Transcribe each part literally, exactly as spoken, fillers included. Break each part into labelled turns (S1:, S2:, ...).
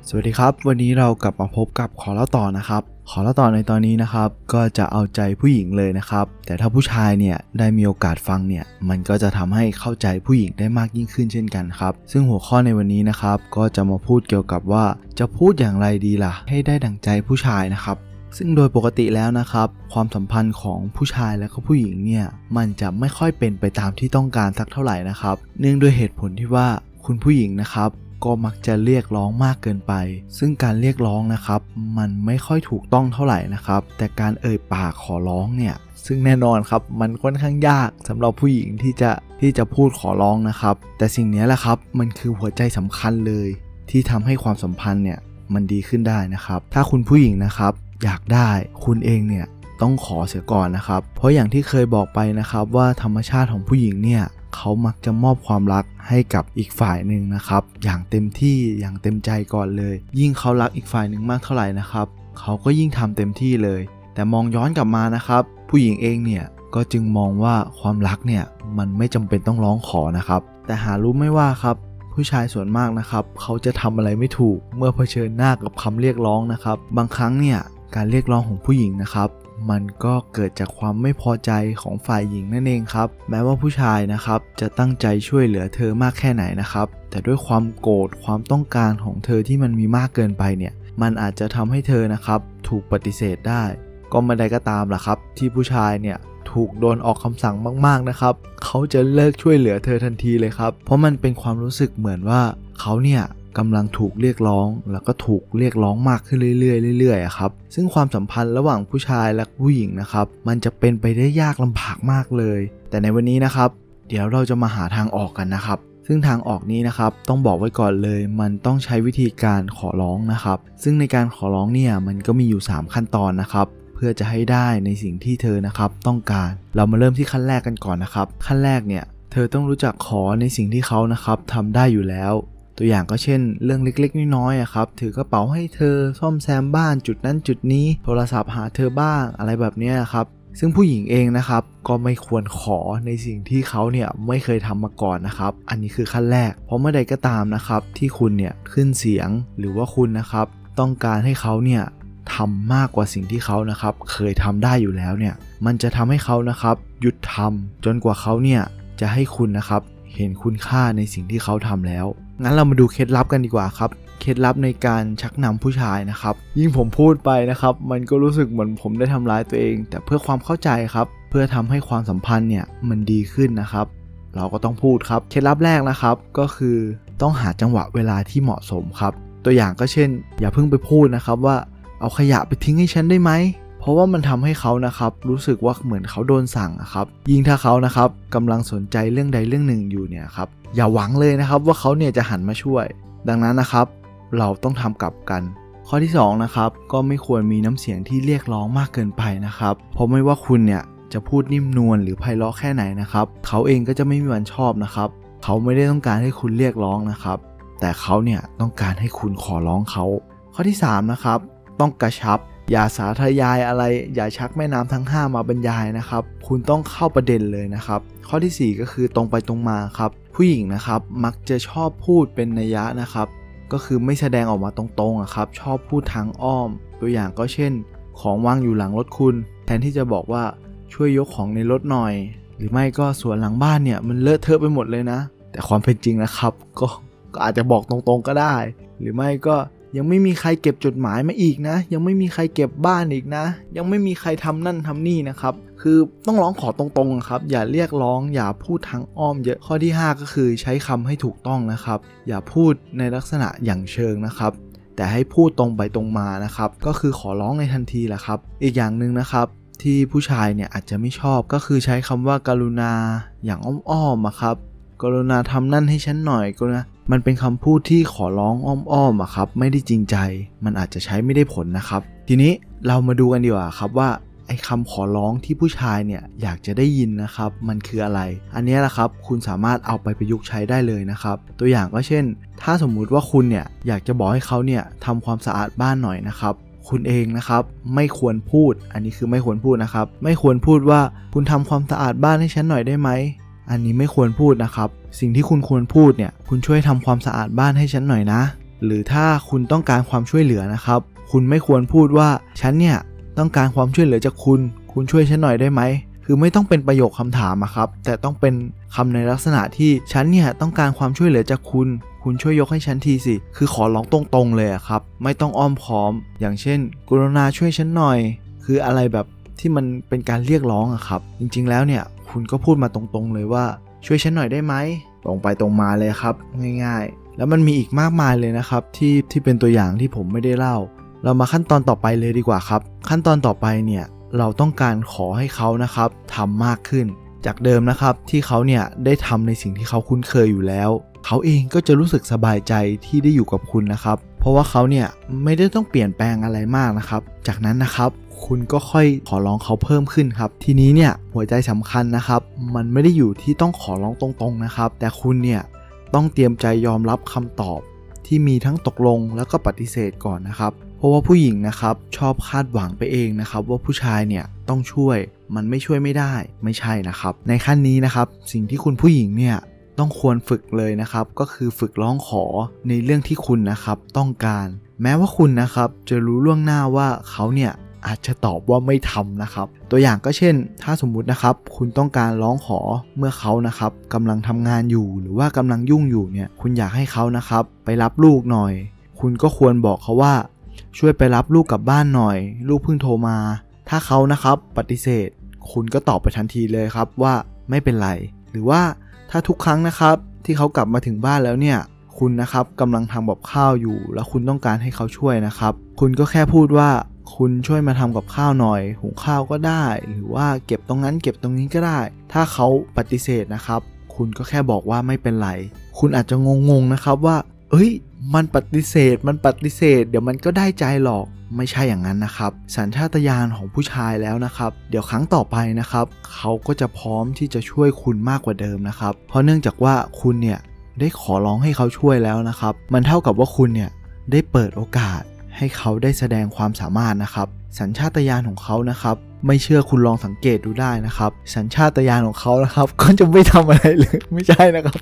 S1: สวัสดีครับวันนี้เรากลับมาพบกับขอเล่าต่อนะครับขอเล่าต่อในตอนนี้นะครับก็จะเอาใจผู้หญิงเลยนะครับแต่ถ้าผู้ชายเนี่ยได้มีโอกาสฟังเนี่ยมันก็จะทำให้เข้าใจผู้หญิงได้มากยิ่งขึ้นเช่นกันครับซึ่งหัวข้อในวันนี้นะครับก็จะมาพูดเกี่ยวกับว่าจะพูดอย่างไรดีล่ะให้ได้ดั่งใจผู้ชายนะครับซึ่งโดยปกติแล้วนะครับความสัมพันธ์ของผู้ชายและก็ผู้หญิงเนี่ยมันจะไม่ค่อยเป็นไปตามที่ต้องการสักเท่าไหร่นะครับเนื่องด้วยเหตุผลที่ว่าคุณผู้หญิงนะครับก็มักจะเรียกร้องมากเกินไปซึ่งการเรียกร้องนะครับมันไม่ค่อยถูกต้องเท่าไหร่นะครับแต่การเอ่ยปากขอร้องเนี่ยซึ่งแน่นอนครับมันค่อนข้างยากสำหรับผู้หญิงที่จะที่จะพูดขอร้องนะครับแต่สิ่งนี้แหละครับมันคือหัวใจสำคัญเลยที่ทำให้ความสัมพันธ์เนี่ยมันดีขึ้นได้นะครับถ้าคุณผู้หญิงนะครับอยากได้คุณเองเนี่ยต้องขอเสียก่อนนะครับเพราะอย่างที่เคยบอกไปนะครับว่าธรรมชาติของผู้หญิงเนี่ยเขามักจะมอบความรักให้กับอีกฝ่ายหนึ่งนะครับอย่างเต็มที่อย่างเต็มใจก่อนเลยยิ่งเขารักอีกฝ่ายหนึ่งมากเท่าไหร่นะครับเขาก็ยิ่งทำเต็มที่เลยแต่มองย้อนกลับมานะครับผู้หญิงเองเนี่ยก็จึงมองว่าความรักเนี่ยมันไม่จำเป็นต้องร้องขอนะครับแต่หารู้ไม่ว่าครับผู้ชายส่วนมากนะครับเขาจะทำอะไรไม่ถูกเมื่อเผชิญหน้ากับคำเรียกร้องนะครับบางครั้งเนี่ยการเรียกร้องของผู้หญิงนะครับมันก็เกิดจากความไม่พอใจของฝ่ายหญิงนั่นเองครับแม้ว่าผู้ชายนะครับจะตั้งใจช่วยเหลือเธอมากแค่ไหนนะครับแต่ด้วยความโกรธความต้องการของเธอที่มันมีมากเกินไปเนี่ยมันอาจจะทำให้เธอนะครับถูกปฏิเสธได้ก็ไม่ได้ก็ตามล่ะครับที่ผู้ชายเนี่ยถูกโดนออกคำสั่งมากๆนะครับเขาจะเลิกช่วยเหลือเธอทันทีเลยครับเพราะมันเป็นความรู้สึกเหมือนว่าเขาเนี่ยกำลังถูกเรียกร้องแล้วก็ถูกเรียกร้องมากขึ้นเรื่อยๆเรื่อยๆครับซึ่งความสัมพันธ์ระหว่างผู้ชายและผู้หญิงนะครับมันจะเป็นไปได้ยากลำบากมากเลยแต่ในวันนี้นะครับเดี๋ยวเราจะมาหาทางออกกันนะครับซึ่งทางออกนี้นะครับต้องบอกไว้ก่อนเลยมันต้องใช้วิธีการขอร้องนะครับซึ่งในการขอร้องเนี่ยมันก็มีอยู่สามขั้นตอนนะครับเพื่อจะให้ได้ในสิ่งที่เธอนะครับต้องการเรามาเริ่มที่ขั้นแรกกันก่อนนะครับขั้นแรกเนี่ยเธอต้องรู้จักขอในสิ่งที่เขานะครับทำได้อยู่แล้วตัวอย่างก็เช่นเรื่องเล็กๆน้อยๆครับถือกระเป๋าให้เธอซ่อมแซมบ้านจุดนั้นจุดนี้โทรศัพท์หาเธอบ้างอะไรแบบนี้ครับซึ่งผู้หญิงเองนะครับก็ไม่ควรขอในสิ่งที่เขาเนี่ยไม่เคยทำมาก่อนนะครับอันนี้คือขั้นแรกเพราะเมื่อใดก็ตามนะครับที่คุณเนี่ยขึ้นเสียงหรือว่าคุณนะครับต้องการให้เขาเนี่ยทำมากกว่าสิ่งที่เขานะครับเคยทำได้อยู่แล้วเนี่ยมันจะทำให้เขานะครับหยุดทำจนกว่าเขาเนี่ยจะให้คุณนะครับเห็นคุณค่าในสิ่งที่เขาทำแล้วงั้นเรามาดูเคล็ดลับกันดีกว่าครับเคล็ดลับในการชักนำผู้ชายนะครับยิ่งผมพูดไปนะครับมันก็รู้สึกเหมือนผมได้ทำร้ายตัวเองแต่เพื่อความเข้าใจครับเพื่อทำให้ความสัมพันธ์เนี่ยมันดีขึ้นนะครับเราก็ต้องพูดครับเคล็ดลับแรกนะครับก็คือต้องหาจังหวะเวลาที่เหมาะสมครับตัวอย่างก็เช่นอย่าเพิ่งไปพูดนะครับว่าเอาขยะไปทิ้งให้ฉันได้ไหมเพราะว่ามันทำให้เขานะครับรู้สึกว่าเหมือนเขาโดนสั่งครับยิ่งถ้าเขานะครับกำลังสนใจเรื่องใดเรื่องหนึ่งอยู่เนี่ยครับอย่าหวังเลยนะครับว่าเขาเนี่ยจะหันมาช่วยดังนั้นนะครับเราต้องทำกลับกันข้อที่สองนะครับก็ไม่ควรมีน้ำเสียงที่เรียกร้องมากเกินไปนะครับเพราะไม่ว่าคุณเนี่ยจะพูดนิ่มนวลหรือไพเราะแค่ไหนนะครับเขาเองก็จะไม่มีวันชอบนะครับเขาไม่ได้ต้องการให้คุณเรียกร้องนะครับแต่เขาเนี่ยต้องการให้คุณขอร้องเขาข้อที่สามนะครับต้องกระชับอย่าสาธยายอะไรอย่าชักแม่น้ำทั้งห้ามาบรรยายนะครับคุณต้องเข้าประเด็นเลยนะครับข้อที่สี่ก็คือตรงไปตรงมาครับผู้หญิงนะครับมักจะชอบพูดเป็นนัยยะนะครับก็คือไม่แสดงออกมาตรงๆครับชอบพูดทางอ้อมตัวอย่างก็เช่นของวางอยู่หลังรถคุณแทนที่จะบอกว่าช่วยยกของในรถหน่อยหรือไม่ก็สวนหลังบ้านเนี่ยมันเลอะเทอะไปหมดเลยนะแต่ความเป็นจริงนะครับก็ก็อาจจะบอกตรงๆก็ได้หรือไม่ก็ยังไม่มีใครเก็บจดหมายมาอีกนะยังไม่มีใครเก็บบ้านอีกนะยังไม่มีใครทำนั่นทำนี่นะครับคือต้องร้องขอตรงๆครับอย่าเรียกร้องอย่าพูดทางอ้อมเยอะข้อที่ห้าก็คือใช้คำให้ถูกต้องนะครับอย่าพูดในลักษณะอย่างเชิงนะครับแต่ให้พูดตรงไปตรงมานะครับก็คือขอร้องในทันทีแหละครับอีกอย่างนึงนะครับที่ผู้ชายเนี่ยอาจจะไม่ชอบก็คือใช้คำว่ากรุณาอย่างอ้อมๆครับกรุณาทำนั่นให้ฉันหน่อยกรุณามันเป็นคำพูดที่ขอร้องอ้อมๆอะครับไม่ได้จริงใจมันอาจจะใช้ไม่ได้ผลนะครับทีนี้เรามาดูกันดีกว่าครับว่าไอ้คำขอร้องที่ผู้ชายเนี่ยอยากจะได้ยินนะครับมันคืออะไรอันนี้แหละครับคุณสามารถเอาไปประยุกต์ใช้ได้เลยนะครับตัวอย่างก็เช่นถ้าสมมุติว่าคุณเนี่ยอยากจะบอกให้เขาเนี่ยทำความสะอาดบ้านหน่อยนะครับคุณเองนะครับไม่ควรพูดอันนี้คือไม่ควรพูดนะครับไม่ควรพูดว่าคุณทำความสะอาดบ้านให้ฉันหน่อยได้ไหมอันนี้ไม่ควรพูดนะครับสิ่งที่คุณควรพูดเนี่ยคุณช่วยทำความสะอาดบ้านให้ฉันหน่อยนะหรือถ้าคุณต้องการความช่วยเหลือนะครับคุณไม่ควรพูดว่าฉันเนี่ยต้องการความช่วยเหลือจากคุณคุณช่วยฉันหน่อยได้ไหมคือไม่ต้องเป็นประโยคคำถามอะครับแต่ต้องเป็นคำในลักษณะที่ฉันเนี่ยต้องการความช่วยเหลือจากคุณคุณช่วยยกให้ฉันทีสิคือขอร้องตรงๆเลยอะครับไม่ต้องอ้อมค้อมอย่างเช่นกรุณาช่วยฉันหน่อยคืออะไรแบบที่มันเป็นการเรียกร้องอะครับจริงๆแล้วเนี่ยคุณก็พูดมาตรงๆเลยว่าช่วยฉันหน่อยได้ไหมตรงไปตรงมาเลยครับง่ายๆแล้วมันมีอีกมากมายเลยนะครับที่ที่เป็นตัวอย่างที่ผมไม่ได้เล่าเรามาขั้นตอนต่อไปเลยดีกว่าครับขั้นตอนต่อไปเนี่ยเราต้องการขอให้เขานะครับทำมากขึ้นจากเดิมนะครับที่เขาเนี่ยได้ทำในสิ่งที่เขาคุ้นเคยอยู่แล้วเขาเองก็จะรู้สึกสบายใจที่ได้อยู่กับคุณนะครับเพราะว่าเขาเนี่ยไม่ได้ต้องเปลี่ยนแปลงอะไรมากนะครับจากนั้นนะครับคุณก็ค่อยขอร้องเขาเพิ่มขึ้นครับทีนี้เนี่ยหัวใจสำคัญนะครับมันไม่ได้อยู่ที่ต้องขอร้องตรงๆนะครับแต่คุณเนี่ยต้องเตรียมใจยอมรับคำตอบที่มีทั้งตกลงแล้วก็ปฏิเสธก่อนนะครับเพราะว่าผู้หญิงนะครับชอบคาดหวังไปเองนะครับว่าผู้ชายเนี่ยต้องช่วยมันไม่ช่วยไม่ได้ไม่ใช่นะครับในขั้นนี้นะครับสิ่งที่คุณผู้หญิงเนี่ยต้องควรฝึกเลยนะครับก็คือฝึกร้องขอในเรื่องที่คุณนะครับต้องการแม้ว่าคุณนะครับจะรู้ล่วงหน้าว่าเขาเนี่ยอาจจะตอบว่าไม่ทำนะครับตัวอย่างก็เช่นถ้าสมมุตินะครับคุณต้องการร้องขอเมื่อเขานะครับกำลังทำงานอยู่หรือว่ากำลังยุ่งอยู่เนี่ยคุณอยากให้เขานะครับไปรับลูกหน่อยคุณก็ควรบอกเขาว่าช่วยไปรับลูกกลับบ้านหน่อยลูกเพิ่งโทรมาถ้าเขานะครับปฏิเสธคุณก็ตอบไปทันทีเลยครับว่าไม่เป็นไรหรือว่าถ้าทุกครั้งนะครับที่เขากลับมาถึงบ้านแล้วเนี่ยคุณนะครับกำลังทำกับข้าวอยู่แล้วคุณต้องการให้เขาช่วยนะครับคุณก็แค่พูดว่าคุณช่วยมาทำกับข้าวหน่อยหุงข้าวก็ได้หรือว่าเก็บตรงนั้นเก็บตรงนี้ก็ได้ถ้าเขาปฏิเสธนะครับคุณก็แค่บอกว่าไม่เป็นไรคุณอาจจะงงๆนะครับว่าเอ้ยมันปฏิเสธมันปฏิเสธเดี๋ยวมันก็ได้ใจหรอกไม่ใช่อย่างนั้นนะครับสัญชาตญาณของผู้ชายแล้วนะครับเดี๋ยวครั้งต่อไปนะครับเขาก็จะพร้อมที่จะช่วยคุณมากกว่าเดิมนะครับเพราะเนื่องจากว่าคุณเนี่ยได้ขอร้องให้เขาช่วยแล้วนะครับมันเท่ากับว่าคุณเนี่ยได้เปิดโอกาสให้เขาได้แสดงความสามารถนะครับสัญชาตญาณของเขานะครับไม่เชื่อคุณลองสังเกตดูได้นะครับสัญชาตญาณของเขานะครับก็จะไม่ทำอะไรเลยไม่ใช่นะครับ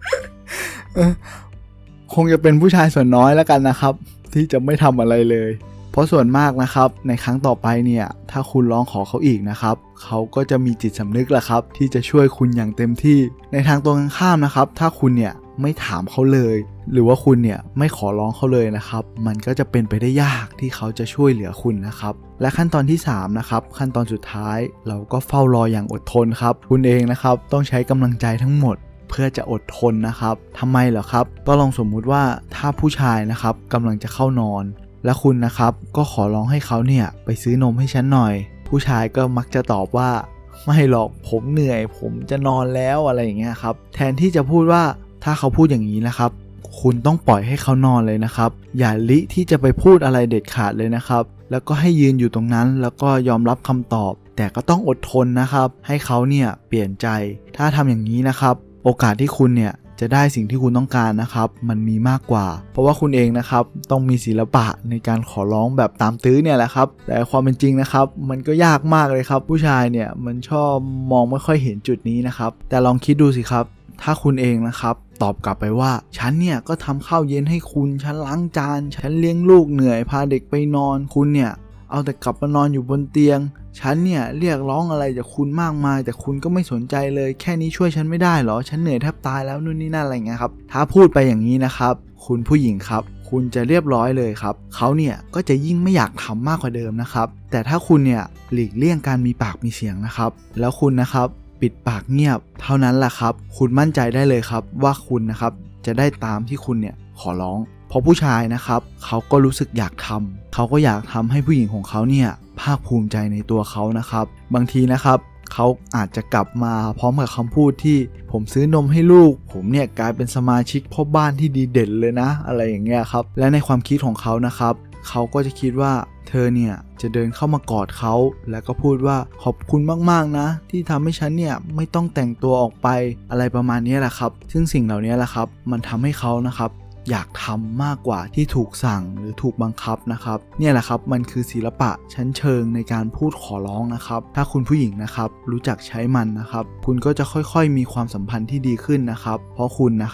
S1: คงจะเป็นผู้ชายส่วนน้อยแล้วกันนะครับที่จะไม่ทำอะไรเลยเพราะส่วนมากนะครับในครั้งต่อไปเนี่ยถ้าคุณร้องขอเขาอีกนะครับเขาก็จะมีจิตสำนึกแหละครับที่จะช่วยคุณอย่างเต็มที่ในทางตรงกันข้ามนะครับถ้าคุณเนี่ยไม่ถามเขาเลยหรือว่าคุณเนี่ยไม่ขอร้องเขาเลยนะครับมันก็จะเป็นไปได้ยากที่เขาจะช่วยเหลือคุณนะครับและขั้นตอนที่สามนะครับขั้นตอนสุดท้ายเราก็เฝ้ารออย่างอดทนครับคุณเองนะครับต้องใช้กำลังใจทั้งหมดเพื่อจะอดทนนะครับทำไมเหรอครับก็ลองสมมุติว่าถ้าผู้ชายนะครับกำลังจะเข้านอนและคุณนะครับก็ขอร้องให้เขาเนี่ยไปซื้อนมให้ฉันหน่อยผู้ชายก็มักจะตอบว่าไม่หรอกผมเหนื่อยผมจะนอนแล้วอะไรอย่างเงี้ยครับแทนที่จะพูดว่าถ้าเขาพูดอย่างนี้นะครับคุณต้องปล่อยให้เขานอนเลยนะครับอย่าลิที่จะไปพูดอะไรเด็ดขาดเลยนะครับแล้วก็ให้ยืนอยู่ตรงนั้นแล้วก็ยอมรับคำตอบแต่ก็ต้องอดทนนะครับให้เขาเนี่ยเปลี่ยนใจถ้าทำอย่างนี้นะครับโอกาสที่คุณเนี่ยจะได้สิ่งที่คุณต้องการนะครับมันมีมากกว่าเพราะว่าคุณเองนะครับต้องมีศิลปะในการขอร้องแบบตามตื้อเนี่ยแหละครับแต่ความเป็นจริงนะครับมันก็ยากมากเลยครับผู้ชายเนี่ยมันชอบมองไม่ค่อยเห็นจุดนี้นะครับแต่ลองคิดดูสิครับถ้าคุณเองนะครับตอบกลับไปว่าฉันเนี่ยก็ทำข้าวเย็นให้คุณฉันล้างจานฉันเลี้ยงลูกเหนื่อยพาเด็กไปนอนคุณเนี่ยเอาแต่กลับมานอนอยู่บนเตียงฉันเนี่ยเรียกร้องอะไรจากคุณมากมายแต่คุณก็ไม่สนใจเลยแค่นี้ช่วยฉันไม่ได้หรอฉันเหนื่อยแทบตายแล้วนู่นนี่นั่นอะไรเงี้ยครับถ้าพูดไปอย่างนี้นะครับคุณผู้หญิงครับคุณจะเรียบร้อยเลยครับเขาเนี่ยก็จะยิ่งไม่อยากทำมากกว่าเดิมนะครับแต่ถ้าคุณเนี่ยหลีกเลี่ยงการมีปากมีเสียงนะครับแล้วคุณนะครับปิดปากเงียบเท่านั้นแหละครับคุณมั่นใจได้เลยครับว่าคุณนะครับจะได้ตามที่คุณเนี่ยขอร้องเพราะผู้ชายนะครับเขาก็รู้สึกอยากทำเขาก็อยากทำให้ผู้หญิงของเขาเนี่ยภาคภูมิใจในตัวเขานะครับบางทีนะครับเขาอาจจะกลับมาพร้อมกับคำพูดที่ผมซื้อนมให้ลูกผมเนี่ยกลายเป็นสมาชิกพ่อบ้านที่ดีเด่นเลยนะอะไรอย่างเงี้ยครับและในความคิดของเขานะครับเขาก็จะคิดว่าเธอเนี่ยจะเดินเข้ามากอดเขาแล้วก็พูดว่าขอบคุณมากๆนะที่ทำให้ฉันเนี่ยไม่ต้องแต่งตัวออกไปอะไรประมาณนี้แหละครับซึ่งสิ่งเหล่านี้แหละครับมันทำให้เขานะครับอยากทำมากกว่าที่ถูกสั่งหรือถูกบังคับนะครับเนี่ยแหละครับมันคือศิลปะชั้นเชิงในการพูดขอร้องนะครับถ้าคุณผู้หญิงนะครับรู้จักใช้มันนะครับคุณก็จะค่อยๆมีความสัมพันธ์ที่ดีขึ้นนะครับเพราะคุณนะครับ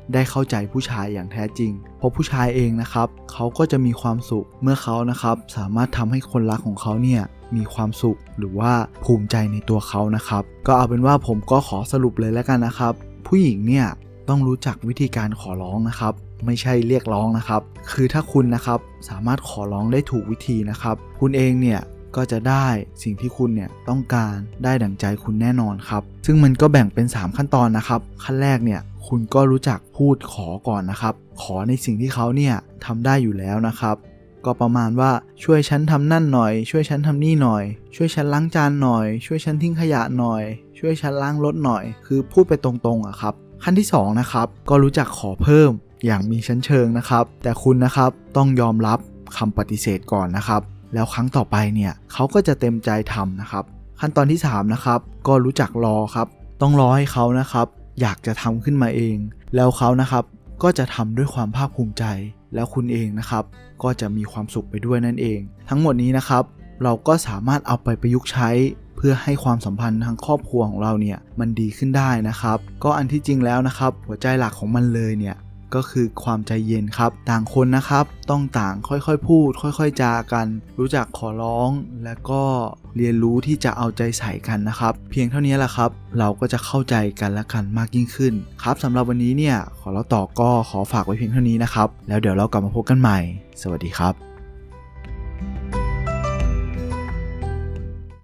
S1: ได้เข้าใจผู้ชายอย่างแท้จริงเพราะผู้ชายเองนะครับเขาก็จะมีความสุขเมื่อเขานะครับสามารถทำให้คนรักของเขาเนี่ยมีความสุขหรือว่าภูมิใจในตัวเขานะครับก็เอาเป็นว่าผมก็ขอสรุปเลยแล้วกันนะครับผู้หญิงเนี่ยต้องรู้จักวิธีการขอร้องนะครับไม่ใช่เรียกร้องนะครับคือถ้าคุณนะครับสามารถขอร้องได้ถูกวิธีนะครับคุณเองเนี่ยก็จะได้สิ่งที่คุณเนี่ยต้องการได้ดั่งใจคุณแน่นอนครับซึ่งมันก็แบ่งเป็นสามขั้นตอนนะครับขั้นแรกเนี่ยคุณก็รู้จักพูดขอก่อนนะครับขอในสิ่งที่เขาเนี่ยทำได้อยู่แล้วนะครับก็ประมาณว่าช่วยฉันทำนั่นหน่อยช่วยฉันทำนี่หน่อยช่วยฉันล้างจานหน่อยช่วยฉันทิ้งขยะหน่อยช่วยฉันล้างรถหน่อยคือพูดไปตรงๆอะครับขั้นที่สองนะครับก็รู้จักขอเพิ่มอย่างมีชั้นเชิงนะครับแต่คุณนะครับต้องยอมรับคำปฏิเสธก่อนนะครับแล้วครั้งต่อไปเนี่ยเขาก็จะเต็มใจทำนะครับขั้นตอนที่สามนะครับก็รู้จักรอครับต้องรอให้เขานะครับอยากจะทำขึ้นมาเองแล้วเขานะครับก็จะทำด้วยความภาคภูมิใจแล้วคุณเองนะครับก็จะมีความสุขไปด้วยนั่นเองทั้งหมดนี้นะครับเราก็สามารถเอาไปประยุกต์ใช้เพื่อให้ความสัมพันธ์ทางครอบครัวของเราเนี่ยมันดีขึ้นได้นะครับก็อันที่จริงแล้วนะครับหัวใจหลักของมันเลยเนี่ยก็คือความใจเย็นครับต่างคนนะครับต้องต่างค่อยๆพูดค่อยๆจากันรู้จักขอร้องและก็เรียนรู้ที่จะเอาใจใส่กันนะครับเพียงเท่านี้แหละครับเราก็จะเข้าใจกันและกันมากยิ่งขึ้นครับสำหรับวันนี้เนี่ยขอเล่าต่อก็ขอฝากไว้เพียงเท่านี้นะครับแล้วเดี๋ยวเรากลับมาพบกันใหม่สวัสดีครับ